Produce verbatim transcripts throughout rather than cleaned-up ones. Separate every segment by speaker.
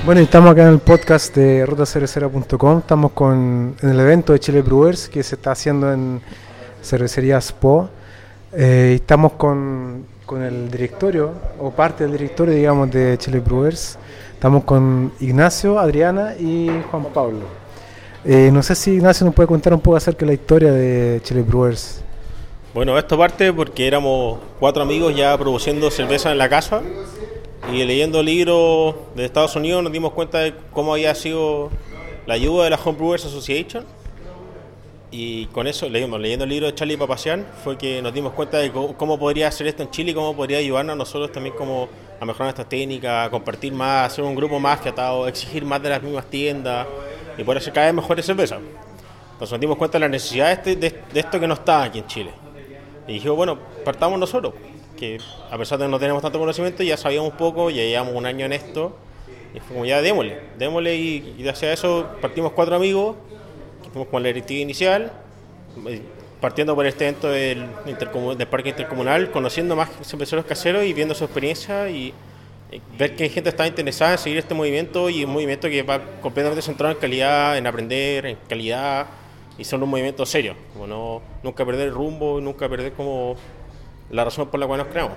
Speaker 1: Bueno, y estamos acá en el podcast de ruta cervecera punto com. Estamos con, en el evento de Chile Brewers que se está haciendo en Cervecería Spo. Eh, y estamos con, con el directorio, o parte del directorio, digamos, de Chile Brewers. Estamos con Ignacio, Adriana y Juan Pablo. Eh, no sé si Ignacio nos puede contar un poco acerca de la historia de Chile Brewers.
Speaker 2: Bueno, esto parte porque éramos cuatro amigos ya produciendo cerveza en la casa y leyendo libros de Estados Unidos nos dimos cuenta de cómo había sido la ayuda de la Home Brewers Association, y con eso, leímos, leyendo el libro de Charlie Papazian, fue que nos dimos cuenta de cómo, cómo podría hacer esto en Chile y cómo podría ayudarnos a nosotros también como a mejorar nuestras técnicas, a compartir más, hacer un grupo más fiatado, exigir más de las mismas tiendas y poder hacer cada vez mejores cervezas. Entonces nos dimos cuenta de la necesidad de, de, de esto que no está aquí en Chile. Y dijimos, bueno, partamos nosotros, que a pesar de que no tenemos tanto conocimiento, ya sabíamos un poco, ya llevamos un año en esto, y fue como ya démosle, démosle, y, y hacia eso partimos cuatro amigos, que fuimos con la directiva inicial, partiendo por este evento del, intercomun- del parque intercomunal, conociendo más cerveceros caseros y viendo su experiencia, y, y ver que hay gente está interesada en seguir este movimiento, y un movimiento que va completamente centrado en calidad, en aprender, en calidad, y son un movimiento serio, como no, nunca perder el rumbo, nunca perder como la razón por la cual nos creamos.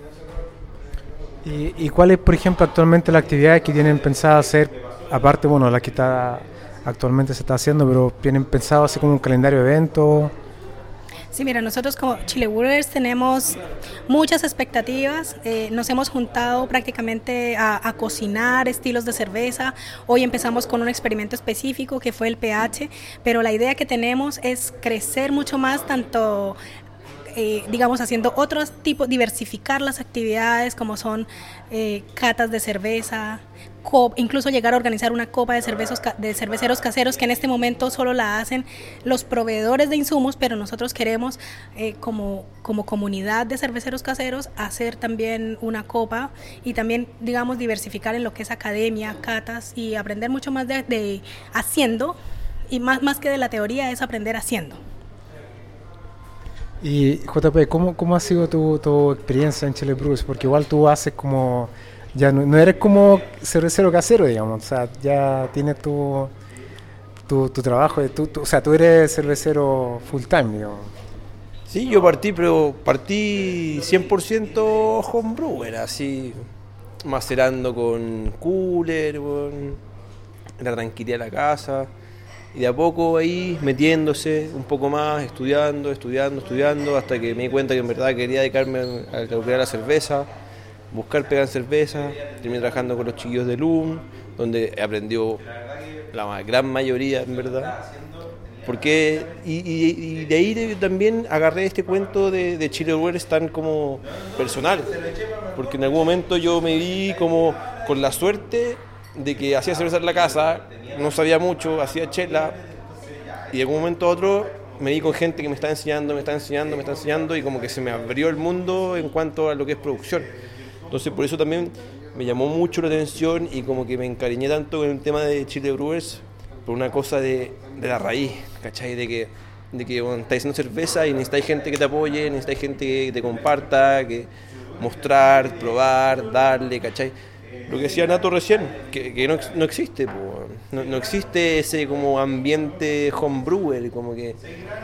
Speaker 1: ¿Y, y cuál es, por ejemplo, actualmente la actividad que tienen pensado hacer, aparte, bueno, la que está actualmente se está haciendo, pero tienen pensado hacer como un calendario de eventos?
Speaker 3: Sí, mira, nosotros como Chile Brewers tenemos muchas expectativas. Eh, nos hemos juntado prácticamente a, a cocinar estilos de cerveza. Hoy empezamos con un experimento específico que fue el pH, pero la idea que tenemos es crecer mucho más, tanto Eh, digamos, haciendo otros tipos, diversificar las actividades como son eh, catas de cerveza, cop, incluso llegar a organizar una copa de, cervezos, de cerveceros caseros, que en este momento solo la hacen los proveedores de insumos, pero nosotros queremos eh, como, como comunidad de cerveceros caseros hacer también una copa, y también, digamos, diversificar en lo que es academia, catas, y aprender mucho más de, de haciendo, y más, más que de la teoría es aprender haciendo.
Speaker 1: Y J P, ¿cómo, cómo ha sido tu, tu experiencia en Chile Brewers? Porque igual tú haces como, ya no, no eres como cervecero casero, digamos, o sea, ya tienes tu, tu, tu trabajo, tu, tu, o sea, tú eres cervecero full time, digamos.
Speaker 4: Sí, yo partí, pero partí cien por ciento homebrewer, así, macerando con cooler, con la tranquilidad de la casa. Y de a poco ahí metiéndose un poco más, estudiando, estudiando, estudiando, hasta que me di cuenta que en verdad quería dedicarme a calcular la cerveza, buscar pegar cerveza. Terminé trabajando con los chiquillos de L U M, donde aprendió la gran mayoría, en verdad. Porque, y, y, y de ahí también agarré este cuento de, de Chile Brewers tan como personal, porque en algún momento yo me vi como con la suerte de que hacía cerveza en la casa, no sabía mucho, hacía chela, y de un momento a otro me vi con gente que me está enseñando, me está enseñando, me está enseñando, y como que se me abrió el mundo en cuanto a lo que es producción. Entonces por eso también me llamó mucho la atención, y como que me encariñé tanto con el tema de Chile Brewers, por una cosa de, de la raíz, ¿cachai? De que, de que bueno, estáis haciendo cerveza y necesitáis gente que te apoye, necesitáis gente que te comparta, que mostrar, probar, darle, ¿cachai? Lo que decía Nato recién, que, que no, no existe, no, no existe ese como ambiente homebrewer, como que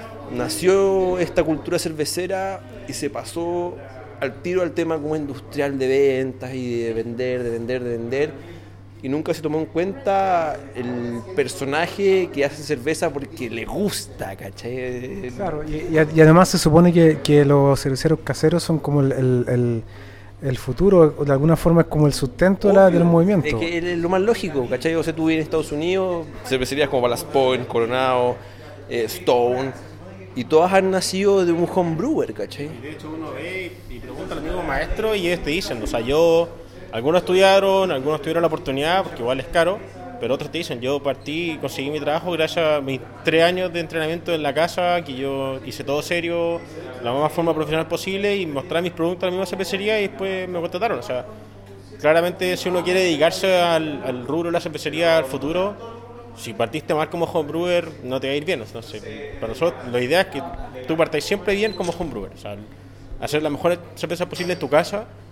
Speaker 4: nació esta cultura cervecera y se pasó al tiro al tema como industrial de ventas y de vender, de vender, de vender, y nunca se tomó en cuenta el personaje que hace cerveza porque le gusta, ¿cachai?
Speaker 1: Claro, y, y, y además se supone que, que los cerveceros caseros son como el... el, el el futuro, de alguna forma es como el sustento de la, del movimiento.
Speaker 4: Es que es lo más lógico, ¿cachai? O sea, tú vienes en Estados Unidos, cervecerías como Ballast Point, Coronado, eh, Stone, y todas han nacido de un homebrewer, ¿cachai?
Speaker 2: Y de hecho uno ve y pregunta al amigo maestro y ellos te dicen, o sea, yo, algunos estudiaron, algunos tuvieron la oportunidad, porque igual es caro, pero otros te dicen, yo partí y conseguí mi trabajo gracias a mis tres años de entrenamiento en la casa, que yo hice todo serio, la más forma profesional posible, y mostré mis productos a la misma cervecería y después me contrataron. O sea, claramente si uno quiere dedicarse al, al rubro de la cervecería al futuro, si partiste mal como homebrewer no te va a ir bien. Entonces, para nosotros la idea es que tú partáis siempre bien como homebrewer, o sea, hacer la mejor cerveza posible en tu casa,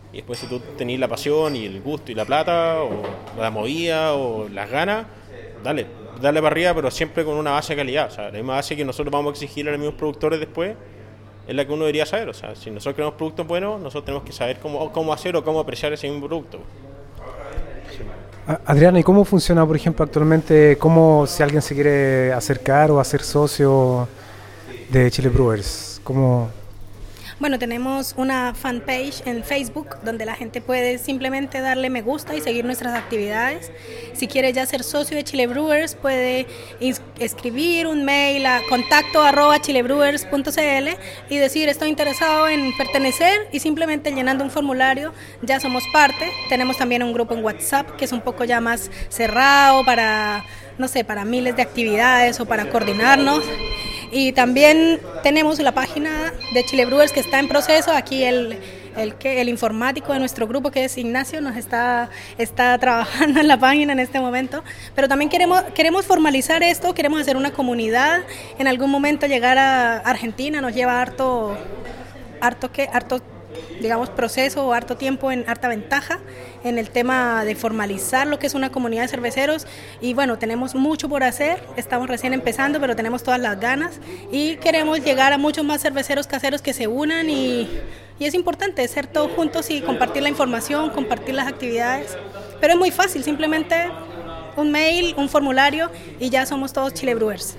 Speaker 2: Y después si tú tenés la pasión y el gusto y la plata, o la movida, o las ganas, dale, dale para arriba, pero siempre con una base de calidad. O sea, la misma base que nosotros vamos a exigir a los mismos productores después, es la que uno debería saber. O sea, si nosotros queremos productos buenos, nosotros tenemos que saber cómo, cómo hacer o cómo apreciar ese mismo producto.
Speaker 1: Adriana, ¿y cómo funciona, por ejemplo, actualmente, cómo si alguien se quiere acercar o hacer socio de Chile Brewers? ¿Cómo...?
Speaker 3: Bueno, tenemos una fanpage en Facebook donde la gente puede simplemente darle me gusta y seguir nuestras actividades. Si quiere ya ser socio de Chile Brewers, puede escribir un mail a contacto arroba chilebrewers punto cl y decir estoy interesado en pertenecer, y simplemente llenando un formulario ya somos parte. Tenemos también un grupo en WhatsApp que es un poco ya más cerrado para, no sé, para miles de actividades o para coordinarnos. Y también tenemos la página de Chile Brewers que está en proceso. Aquí el, el, que, el informático de nuestro grupo, que es Ignacio, nos está, está trabajando en la página en este momento. Pero también queremos, queremos formalizar esto, queremos hacer una comunidad. En algún momento llegar a Argentina nos lleva harto, harto, ¿qué? harto digamos, proceso o harto tiempo, en harta ventaja en el tema de formalizar lo que es una comunidad de cerveceros. Y bueno, tenemos mucho por hacer, estamos recién empezando, pero tenemos todas las ganas y queremos llegar a muchos más cerveceros caseros que se unan, y, y es importante ser todos juntos y compartir la información, compartir las actividades, pero es muy fácil, simplemente un mail, un formulario y ya somos todos Chile Brewers.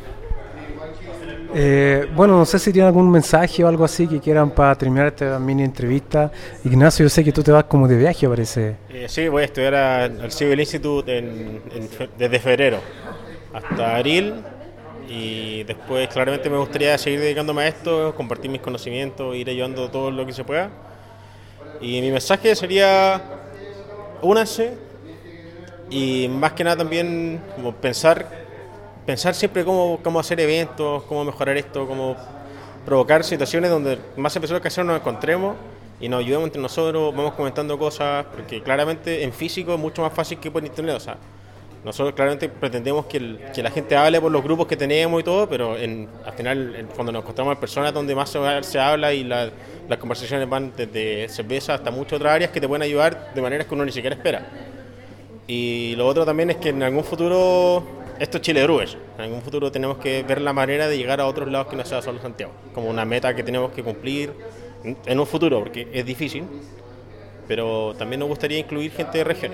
Speaker 1: Eh, bueno, no sé si tienen algún mensaje o algo así que quieran para terminar esta mini entrevista. Ignacio, yo sé que tú te vas como de viaje, parece.
Speaker 2: Eh, sí, voy a estudiar a, al Civil Institute en, en, desde febrero hasta abril, y después claramente me gustaría seguir dedicándome a esto, compartir mis conocimientos, ir ayudando todo lo que se pueda. Y mi mensaje sería: únanse, y más que nada también como pensar Pensar siempre cómo, cómo hacer eventos, cómo mejorar esto, cómo provocar situaciones donde más cerveceros caseros nos encontremos y nos ayudemos entre nosotros, vamos comentando cosas, porque claramente en físico es mucho más fácil que por internet. O sea, nosotros claramente pretendemos que, el, que la gente hable por los grupos que tenemos y todo, pero en, al final, en, cuando nos encontramos en personas donde más se, se habla y la, las conversaciones van desde cerveza hasta muchas otras áreas que te pueden ayudar de maneras que uno ni siquiera espera. Y lo otro también es que en algún futuro... Esto es Chile Brewers. En algún futuro tenemos que ver la manera de llegar a otros lados que no sea solo Santiago, como una meta que tenemos que cumplir en un futuro, porque es difícil, pero también nos gustaría incluir gente de regiones.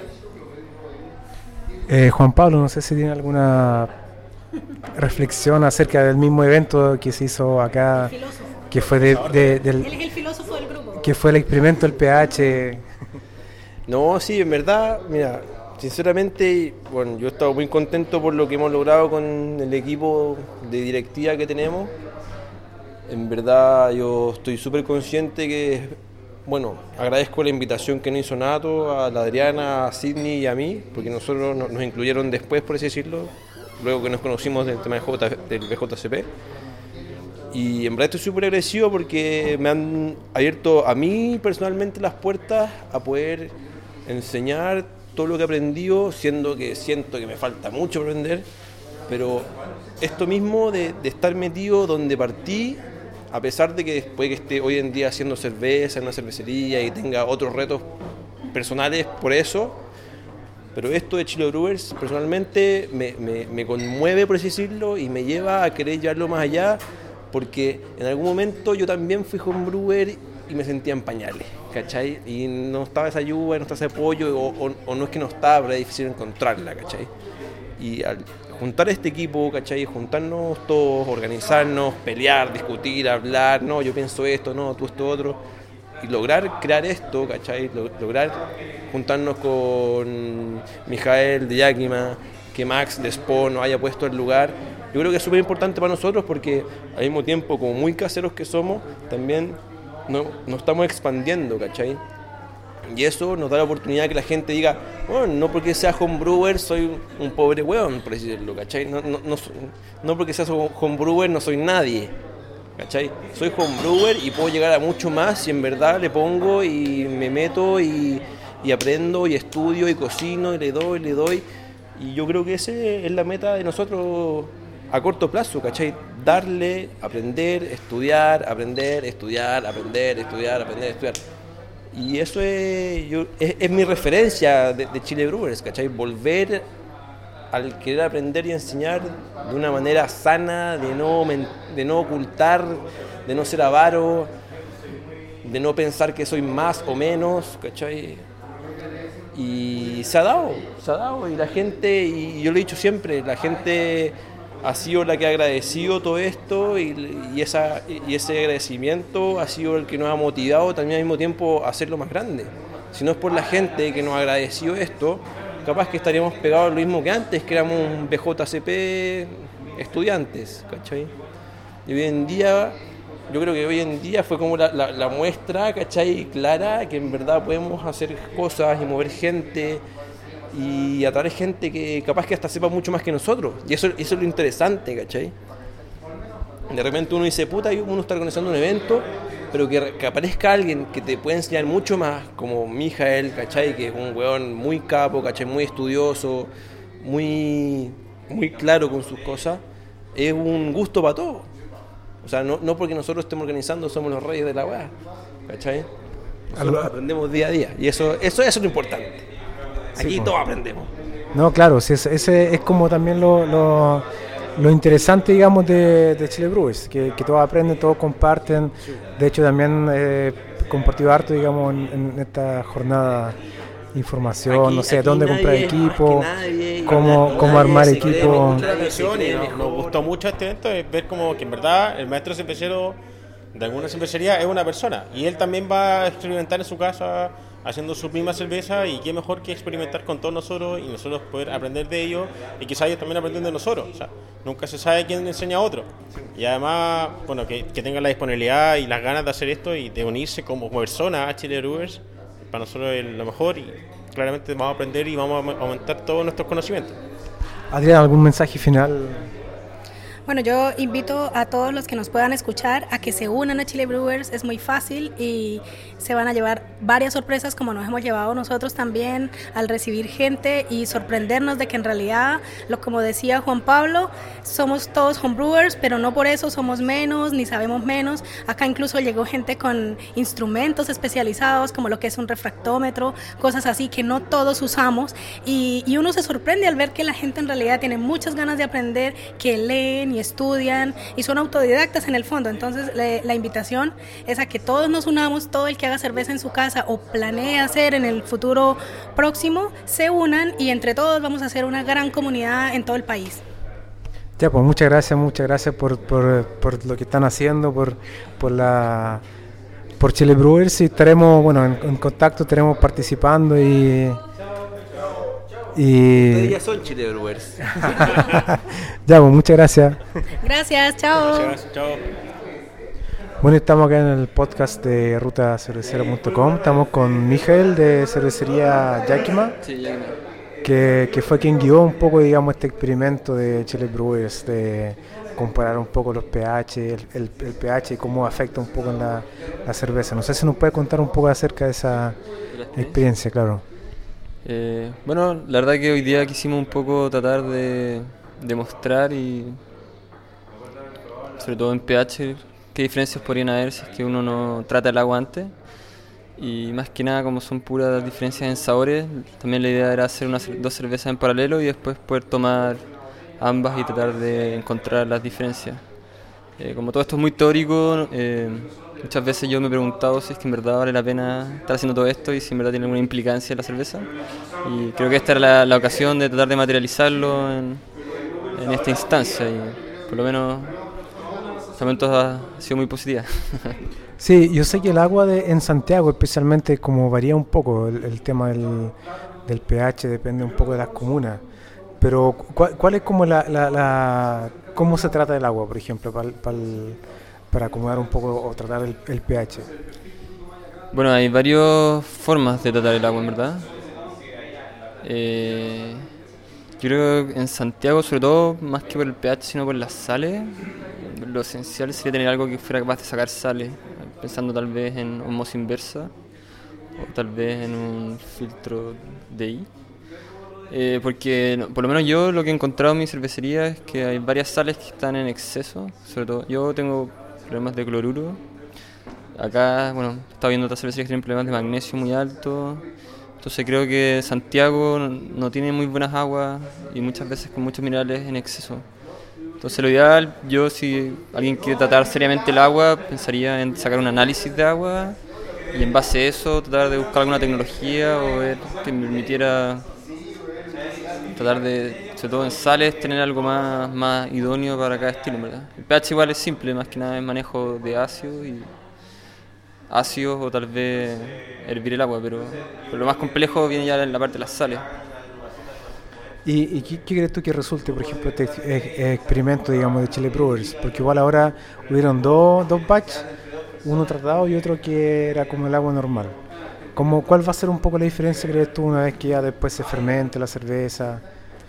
Speaker 1: Eh, Juan Pablo, no sé si tiene alguna reflexión acerca del mismo evento que se hizo acá, que fue de, de, del,
Speaker 3: Él es el filósofo del grupo.
Speaker 1: Que fue el experimento del pH.
Speaker 4: No, sí, en verdad, mira, sinceramente, bueno, yo he estado muy contento por lo que hemos logrado con el equipo de directiva que tenemos. En verdad, yo estoy súper consciente que, bueno, agradezco la invitación que nos hizo Nato, a la Adriana, a Sidney y a mí, porque nosotros nos, nos incluyeron después, por así decirlo, luego que nos conocimos del tema de J, del B J C P. Y en verdad estoy súper agradecido porque me han abierto a mí personalmente las puertas a poder enseñar todo lo que he aprendido, siendo que siento que me falta mucho aprender, pero esto mismo de, de estar metido donde partí, a pesar de que puede que esté hoy en día haciendo cerveza en una cervecería y tenga otros retos personales por eso, pero esto de Chile Brewers personalmente me, me, me conmueve, por así decirlo, y me lleva a querer llevarlo más allá, porque en algún momento yo también fui homebrewer y me sentía en pañales, ¿cachai? Y no estaba esa ayuda, no estaba ese apoyo, o, o, o no es que no estaba, pero era difícil encontrarla, ¿cachai? Y al juntar este equipo, ¿cachai? Juntarnos todos, organizarnos, pelear, discutir, hablar, no, yo pienso esto, no, tú esto otro, y lograr crear esto, ¿cachai? Lograr juntarnos con Mijael de Yakima, que Max de Spo nos haya puesto el lugar. Yo creo que es súper importante para nosotros porque al mismo tiempo, como muy caseros que somos, también no, nos estamos expandiendo, ¿cachai? Y eso nos da la oportunidad de que la gente diga, bueno, no porque sea homebrewer soy un pobre hueón, por decirlo, ¿cachai? No, no, no, no porque sea homebrewer no soy nadie, ¿cachai? Soy homebrewer y puedo llegar a mucho más si en verdad le pongo y me meto y, y aprendo y estudio y cocino y le doy, le doy. Y yo creo que esa es la meta de nosotros a corto plazo, ¿cachai? Darle, aprender, estudiar, aprender, estudiar, aprender, estudiar, aprender, estudiar. y eso es, yo, es, es mi referencia de, de Chile Brewers, ¿cachai? Volver al querer aprender y enseñar de una manera sana, de no, de no ocultar, de no ser avaro, de no pensar que soy más o menos, ¿cachai? Y se ha dado, se ha dado, y la gente, y yo lo he dicho siempre, la gente ha sido la que ha agradecido todo esto, y, y, esa, y ese agradecimiento ha sido el que nos ha motivado también al mismo tiempo a hacerlo más grande. Si no es por la gente que nos ha agradecido esto, capaz que estaríamos pegados lo mismo que antes, que éramos un B J C P estudiantes, ¿cachai? Y hoy en día, yo creo que hoy en día fue como la, la, la muestra, ¿cachai? Clara, que en verdad podemos hacer cosas y mover gente y atraer gente que capaz que hasta sepa mucho más que nosotros. Y eso, eso es lo interesante, ¿cachai? De repente uno dice, puta, uno está organizando un evento, pero que, que aparezca alguien que te pueda enseñar mucho más, como Mijael, ¿cachai? Que es un weón muy capo, ¿cachai? Muy estudioso, muy, muy claro con sus cosas. Es un gusto para todos. O sea, no, no porque nosotros estemos organizando somos los reyes de la weá, ¿cachai? Nosotros aprendemos día a día, y eso, eso, eso es lo importante. Aquí sí, todos aprendemos.
Speaker 1: No, claro, sí, ese, ese es como también lo... lo... Lo interesante, digamos, de, de Chile Brewers, que, que todos aprenden, todos comparten. De hecho, también he eh, compartido harto, digamos, en, en esta jornada información, aquí, no sé, dónde comprar equipo, nadie, cómo, nadie, cómo armar equipo.
Speaker 2: Nos, nos gustó mucho este evento, es ver como que en verdad el maestro cervecero de alguna cervecería es una persona, y él también va a experimentar en su casa haciendo su misma cerveza, y qué mejor que experimentar con todos nosotros y nosotros poder aprender de ellos, y quizás ellos también aprenden de nosotros. O sea, nunca se sabe quién enseña a otro, y además, bueno, que, que tengan la disponibilidad y las ganas de hacer esto y de unirse como persona a Chile Brewers, para nosotros es lo mejor, y claramente vamos a aprender y vamos a aumentar todos nuestros conocimientos.
Speaker 1: Adrián, ¿algún mensaje final?
Speaker 3: Bueno, yo invito a todos los que nos puedan escuchar a que se unan a Chile Brewers. Es muy fácil y se van a llevar varias sorpresas, como nos hemos llevado nosotros también al recibir gente y sorprendernos de que en realidad, lo como decía Juan Pablo, somos todos homebrewers, pero no por eso somos menos ni sabemos menos. Acá incluso llegó gente con instrumentos especializados, como lo que es un refractómetro, cosas así que no todos usamos, y, y uno se sorprende al ver que la gente en realidad tiene muchas ganas de aprender, que leen y estudian y son autodidactas en el fondo. Entonces le, la invitación es a que todos nos unamos, todo el que haga cerveza en su casa o planee hacer en el futuro próximo, se unan, y entre todos vamos a hacer una gran comunidad en todo el país.
Speaker 1: Ya, pues muchas gracias, muchas gracias por, por, por lo que están haciendo, por, por la por Chile Brewers, y estaremos, bueno, en, en contacto, estaremos participando y Y...
Speaker 4: Ustedes ya son Chile Brewers.
Speaker 1: Ya, pues, muchas gracias.
Speaker 3: Gracias, chao.
Speaker 2: Muchas gracias, chao.
Speaker 1: Bueno, estamos acá en el podcast de ruta cervecera punto com. Estamos con Mijael de cervecería Yakima,
Speaker 5: sí, Yakima.
Speaker 1: Que, que fue quien guió un poco, digamos, este experimento de Chile Brewers, de comparar un poco los pH, el, el, el pH y cómo afecta un poco en la, la cerveza. No sé si nos puede contar un poco acerca de esa experiencia, claro.
Speaker 5: Eh, bueno, la verdad que hoy día quisimos un poco tratar de demostrar, y sobre todo en pH, qué diferencias podrían haber si es que uno no trata el agua antes, y más que nada como son puras diferencias en sabores, también la idea era hacer unas dos cervezas en paralelo y después poder tomar ambas y tratar de encontrar las diferencias. Eh, como todo esto es muy teórico, eh, muchas veces yo me he preguntado si es que en verdad vale la pena estar haciendo todo esto y si en verdad tiene alguna implicancia en la cerveza, y creo que esta era la, la ocasión de tratar de materializarlo en, en esta instancia, y por lo menos hasta el momento ha sido muy positiva.
Speaker 1: Sí, yo sé que el agua de, en Santiago especialmente, como varía un poco el, el tema del, del pH, depende un poco de las comunas, pero ¿cuál, cuál es como la, la, la cómo se trata el agua, por ejemplo, para, para, para acomodar un poco o tratar el, el pH?
Speaker 5: Bueno, hay varias formas de tratar el agua, en verdad. Eh, yo creo que en Santiago, sobre todo, más que por el pH, sino por las sales, lo esencial sería tener algo que fuera capaz de sacar sales, pensando tal vez en osmosis inversa o tal vez en un filtro D I. Eh, porque no, por lo menos yo lo que he encontrado en mi cervecería es que hay varias sales que están en exceso, sobre todo yo tengo problemas de cloruro, acá, bueno, he estado viendo otras cervecerías que tienen problemas de magnesio muy altos. Entonces creo que Santiago no tiene muy buenas aguas y muchas veces con muchos minerales en exceso. Entonces lo ideal, yo si alguien quiere tratar seriamente el agua, pensaría en sacar un análisis de agua y en base a eso tratar de buscar alguna tecnología o ver que me permitiera tratar de, sobre todo en sales, tener algo más, más idóneo para cada estilo, ¿verdad? El pH igual es simple, más que nada es manejo de ácidos y ácidos o tal vez hervir el agua, pero, pero lo más complejo viene ya en la parte de las sales.
Speaker 1: ¿Y, y qué, qué crees tú que resulte, por ejemplo, este ex- ex- experimento, digamos, de Chile Brewers? Porque igual ahora hubieron dos, dos batch, uno tratado y otro que era como el agua normal. ¿Cómo, ¿Cuál va a ser un poco la diferencia, crees tú, una vez que ya después se fermente la cerveza?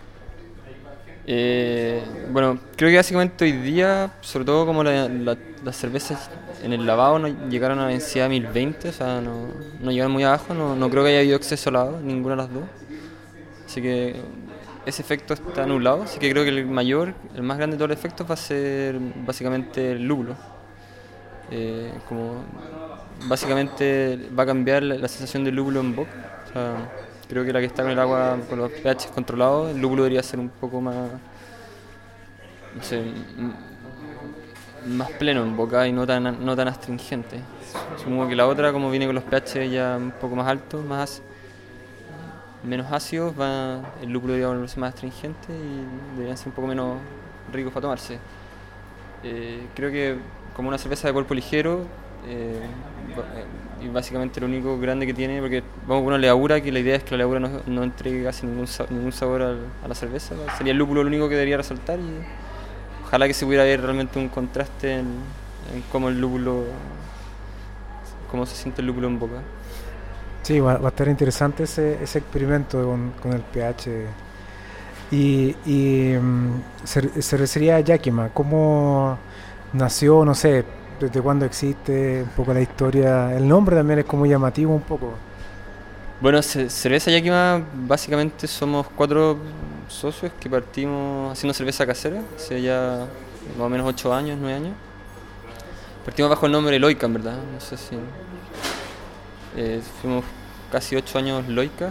Speaker 5: Eh, bueno, creo que básicamente hoy día, sobre todo como la, la, las cervezas en el lavado no llegaron a la densidad mil veinte, o sea, no, no llegaron muy abajo, no, no creo que haya habido exceso lavado, ninguna de las dos. Así que ese efecto está anulado, así que creo que el mayor, el más grande de todos los efectos va a ser básicamente el lúpulo. Eh, como básicamente va a cambiar la, la sensación del lúpulo en boca. O sea, creo que la que está con el agua, con los pH controlados, el lúpulo debería ser un poco más, no sé, m- más pleno en boca y no tan, no tan astringente. Supongo que la otra, como viene con los pH ya un poco más altos, más menos ácidos, va, el lúpulo debería volverse más astringente y deberían ser un poco menos ricos para tomarse. Eh, creo que como una cerveza de cuerpo ligero, eh, y básicamente lo único grande que tiene, porque vamos con una levadura que la idea es que la levadura no, no entregue casi ningún, sa- ningún sabor al- a la cerveza, sería el lúpulo lo único que debería resaltar y ojalá que se pudiera ver realmente un contraste en, en cómo el lúpulo, cómo se siente el lúpulo en boca.
Speaker 1: Sí, va, va a estar interesante ese, ese experimento con, con el pH. Y, y mm, cer- cervecería Yakima, ¿cómo nació? No sé, desde cuándo existe, un poco la historia. El nombre también es como llamativo un poco.
Speaker 5: Bueno, ce- Cerveza Yakima, básicamente somos cuatro socios que partimos haciendo cerveza casera, hace ya más o menos ocho años, nueve años. Partimos bajo el nombre Loica, en verdad, no sé si... eh, fuimos casi ocho años Loica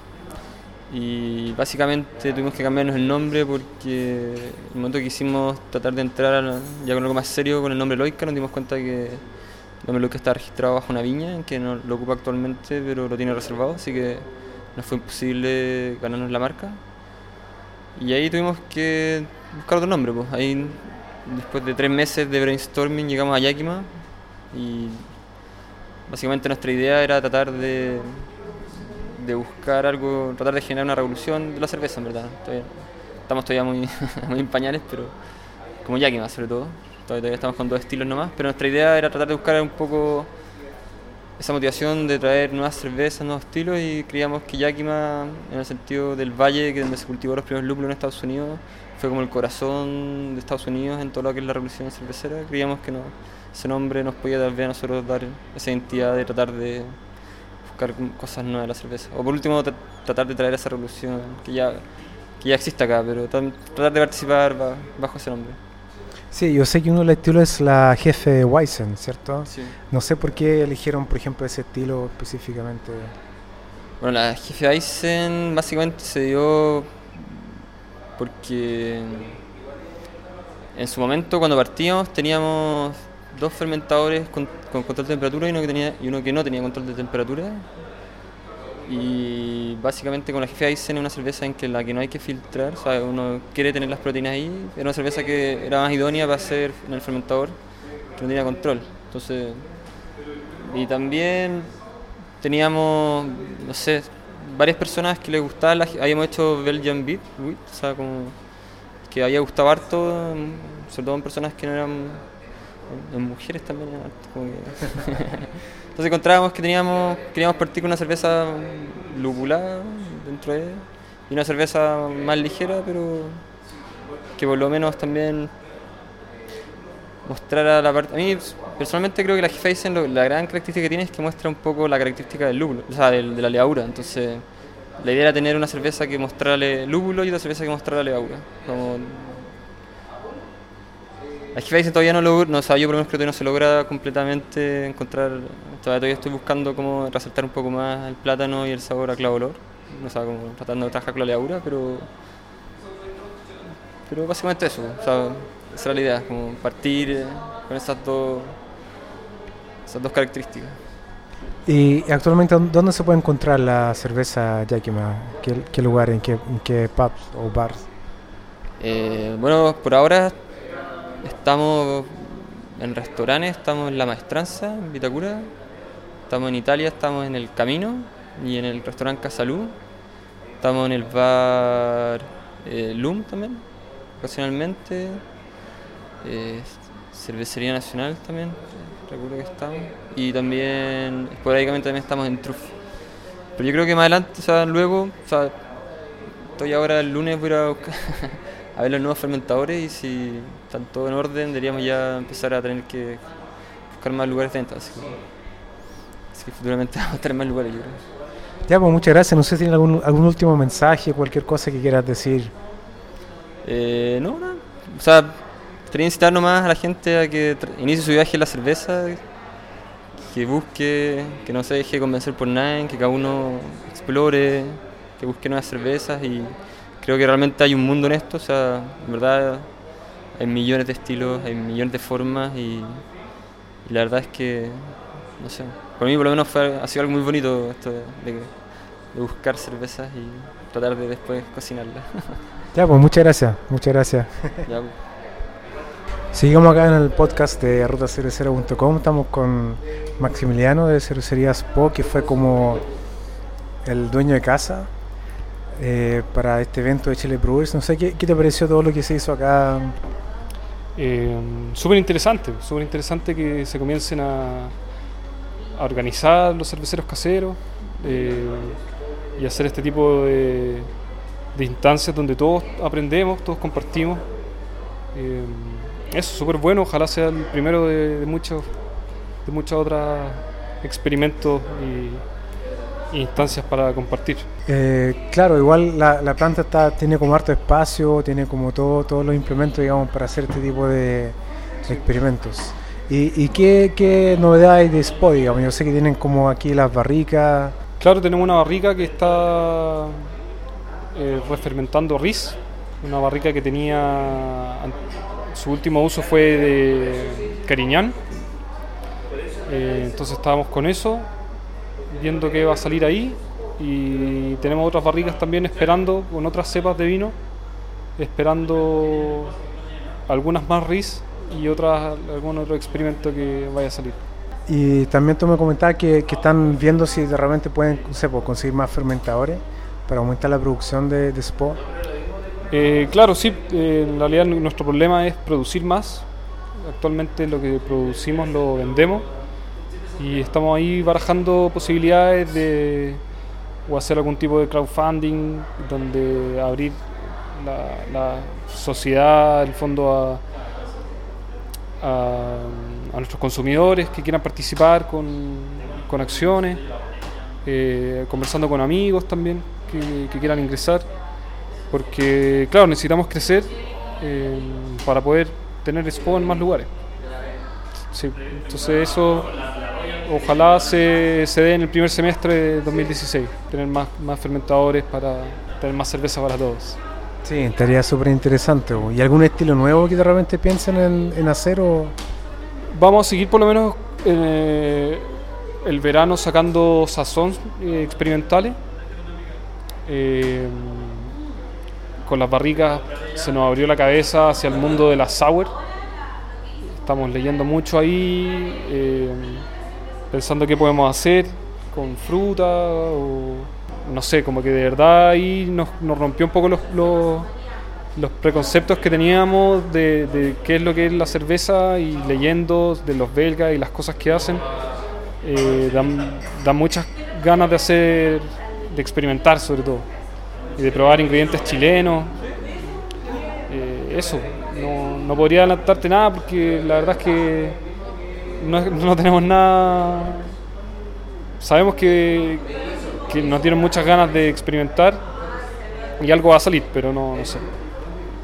Speaker 5: y básicamente tuvimos que cambiarnos el nombre porque en el momento que quisimos tratar de entrar a la- ya con algo más serio con el nombre Loica nos dimos cuenta que el nombre Loica está registrado bajo una viña que no lo ocupa actualmente pero lo tiene reservado, así que nos fue imposible ganarnos la marca y ahí tuvimos que buscar otro nombre, pues. Ahí después de tres meses de brainstorming llegamos a Yakima y básicamente nuestra idea era tratar de, de buscar algo, tratar de generar una revolución de la cerveza, en verdad. Todavía- estamos todavía muy, muy en pañales, pero como Yakima sobre todo. Todavía, todavía estamos con dos estilos nomás, pero nuestra idea era tratar de buscar un poco esa motivación de traer nuevas cervezas, nuevos estilos y creíamos que Yakima, en el sentido del valle que donde se cultivó los primeros lúpulos en Estados Unidos, fue como el corazón de Estados Unidos en todo lo que es la revolución cervecera. Creíamos que no, ese nombre nos podía tal vez a nosotros dar esa identidad de tratar de buscar cosas nuevas de la cerveza. O por último, tra- tratar de traer esa revolución que ya, que ya existe acá, pero tam- tratar de participar ba- bajo ese nombre.
Speaker 1: Sí, yo sé que uno de los estilos es la Jefe Weizen, ¿cierto?
Speaker 5: Sí.
Speaker 1: No sé por qué eligieron, por ejemplo, ese estilo específicamente.
Speaker 5: Bueno, la Jefe Weizen básicamente se dio porque en su momento cuando partíamos teníamos dos fermentadores con, con control de temperatura y uno, que tenía, y uno que no tenía control de temperatura. Y básicamente con la Jefe Weizen es una cerveza en que la que no hay que filtrar, o sea, uno quiere tener las proteínas ahí, era una cerveza que era más idónea para hacer en el fermentador, que no tenía control. Entonces, y también teníamos, no sé, varias personas que les gustaba, la, habíamos hecho Belgian Beat, wheat, o sea, como que había gustado harto, sobre todo en personas que no eran, en mujeres también eran harto, como que entonces encontrábamos que teníamos, queríamos partir con una cerveza lupulada dentro de y una cerveza más ligera, pero que por lo menos también mostrara la parte. A mí personalmente creo que la Jefe Weizen, la gran característica que tiene es que muestra un poco la característica del lúpulo, o sea, del- de la levadura. Entonces la idea era tener una cerveza que mostrara el lúpulo y otra cerveza que mostrara la levadura. Como Es que Weizen todavía no lo, no, o sea, yo por lo menos creo que no se logra completamente encontrar, todavía, todavía estoy buscando cómo resaltar un poco más el plátano y el sabor a clavo olor, o sea, como tratando de trabajar con la levadura, pero pero básicamente eso, o sea, esa era la idea, como partir con esas dos, esas dos características.
Speaker 1: ¿Y actualmente dónde se puede encontrar la cerveza Yakima? ¿Qué, qué lugar, en qué, en qué pubs o bars?
Speaker 5: Eh, bueno, por ahora estamos en restaurantes, estamos en La Maestranza, en Vitacura, estamos en Italia, estamos en El Camino y en el restaurante Casalú, estamos en el bar eh, Lum también, ocasionalmente, eh, Cervecería Nacional también, recuerdo que estamos, y también esporádicamente también estamos en Truff. Pero yo creo que más adelante, o sea, luego, o sea, estoy ahora el lunes, voy a ir a buscar a ver los nuevos fermentadores y si están todo en orden deberíamos ya empezar a tener que buscar más lugares de venta, así que, así que futuramente vamos a estar en más lugares, yo creo.
Speaker 1: Ya, pues muchas gracias. No sé si tiene algún, algún último mensaje, cualquier cosa que quieras decir.
Speaker 5: Eh, no, no, o sea, quería incitar nomás a la gente a que inicie su viaje en la cerveza, que busque, que no se deje convencer por nadie, que cada uno explore, que busque nuevas cervezas y creo que realmente hay un mundo en esto, o sea, en verdad hay millones de estilos, hay millones de formas y, y la verdad es que, no sé, para mí por lo menos fue, ha sido algo muy bonito esto de, de, de buscar cervezas y tratar de después cocinarlas.
Speaker 1: Ya, pues muchas gracias, muchas gracias.
Speaker 5: Ya, pues.
Speaker 1: Seguimos acá en el podcast de ruta cervecera punto com, estamos con Maximiliano de Cervecería Spo, que fue como el dueño de casa eh, para este evento de Chile Brewers. No sé, ¿qué, qué te pareció todo lo que se hizo acá?
Speaker 6: Eh, súper interesante, súper interesante que se comiencen a, a organizar los cerveceros caseros eh, y hacer este tipo de, de instancias donde todos aprendemos, todos compartimos. Eh, eso, súper bueno, ojalá sea el primero de, de muchos de muchos otros experimentos y, y instancias para compartir.
Speaker 1: Eh, claro, igual la, la planta está, tiene como harto espacio, tiene como todo, todos los implementos, digamos, para hacer este tipo de, de experimentos. ¿Y, y qué, qué novedad hay de Spo, digamos? Yo sé que tienen como aquí las barricas.
Speaker 6: Claro, tenemos una barrica que está eh, refermentando ris, una barrica que tenía, su último uso fue de Cariñán, eh, entonces estábamos con eso, viendo qué va a salir ahí, y tenemos otras barricas también esperando, con otras cepas de vino, esperando algunas más ris y otras, algún otro experimento que vaya a salir.
Speaker 1: Y también tú me comentabas que, que están viendo si de repente pueden, no sé, pues, conseguir más fermentadores para aumentar la producción de, de Spo.
Speaker 6: Eh, claro, sí, eh, en realidad nuestro problema es producir más. Actualmente lo que producimos lo vendemos y estamos ahí barajando posibilidades de o hacer algún tipo de crowdfunding donde abrir la, la sociedad, el fondo a, a, a nuestros consumidores que quieran participar con, con acciones, eh, conversando con amigos también que, que quieran ingresar. Porque, claro, necesitamos crecer eh, para poder tener Spo en más lugares. Sí, entonces eso ojalá se, se dé en el primer semestre de dos mil dieciséis, tener más, más fermentadores para tener más cerveza para todos.
Speaker 1: Sí, estaría súper interesante. ¿Y algún estilo nuevo que de repente piensen en, en hacer? O...
Speaker 6: Vamos a seguir por lo menos eh, el verano sacando sazón eh, experimentales. Eh, Con las barricas se nos abrió la cabeza hacia el mundo de la sour. Estamos leyendo mucho ahí, eh, pensando qué podemos hacer con fruta o no sé, como que de verdad ahí nos, nos rompió un poco los, los, los preconceptos que teníamos de, de qué es lo que es la cerveza y leyendo de los belgas y las cosas que hacen, eh, dan, dan muchas ganas de hacer, de experimentar sobre todo. Y de probar ingredientes chilenos, eh, eso, no, no podría adelantarte nada porque la verdad es que no, no tenemos nada, sabemos que, que nos tienen muchas ganas de experimentar y algo va a salir, pero no, no sé.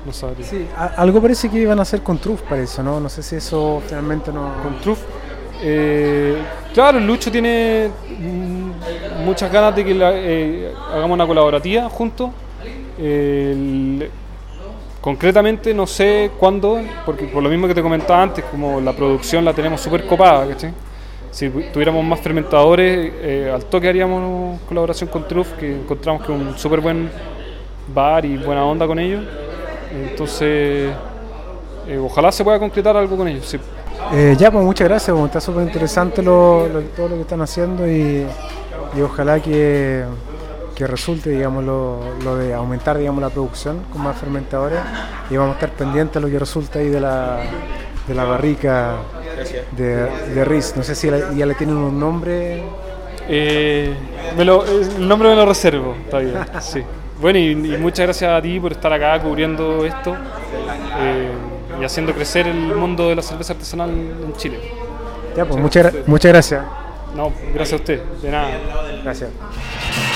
Speaker 6: no sabría.
Speaker 1: Sí, a- algo parece que iban a hacer con Truff, parece, ¿no? No sé si eso finalmente no...
Speaker 6: Con Truff. Eh, claro, el Lucho tiene mm, muchas ganas de que la- eh, hagamos una colaborativa juntos. Eh, el- concretamente no sé cuándo, porque por lo mismo que te comentaba antes, como la producción la tenemos súper copada, ¿cachai? Si pu- tuviéramos más fermentadores, eh, al toque haríamos colaboración con Truff, que encontramos que es un súper buen bar y buena onda con ellos. Entonces, eh, ojalá se pueda concretar algo con ellos. Sí.
Speaker 1: Eh, ya, pues muchas gracias, pues, está súper interesante lo, lo- todo lo que están haciendo y, y ojalá que, que resulte, digamos, lo, lo de aumentar, digamos, la producción con más fermentadores y vamos a estar pendientes a lo que resulta ahí de la, de la barrica de, de Riz. No sé si la- ya le tienen un nombre.
Speaker 6: Eh, me lo- el nombre me lo reservo todavía. Sí. Bueno, y, y muchas gracias a ti por estar acá cubriendo esto eh, y haciendo crecer el mundo de la cerveza artesanal en Chile.
Speaker 1: Ya, pues muchas, gra- muchas gracias.
Speaker 6: No, gracias a usted. De nada.
Speaker 1: Gracias.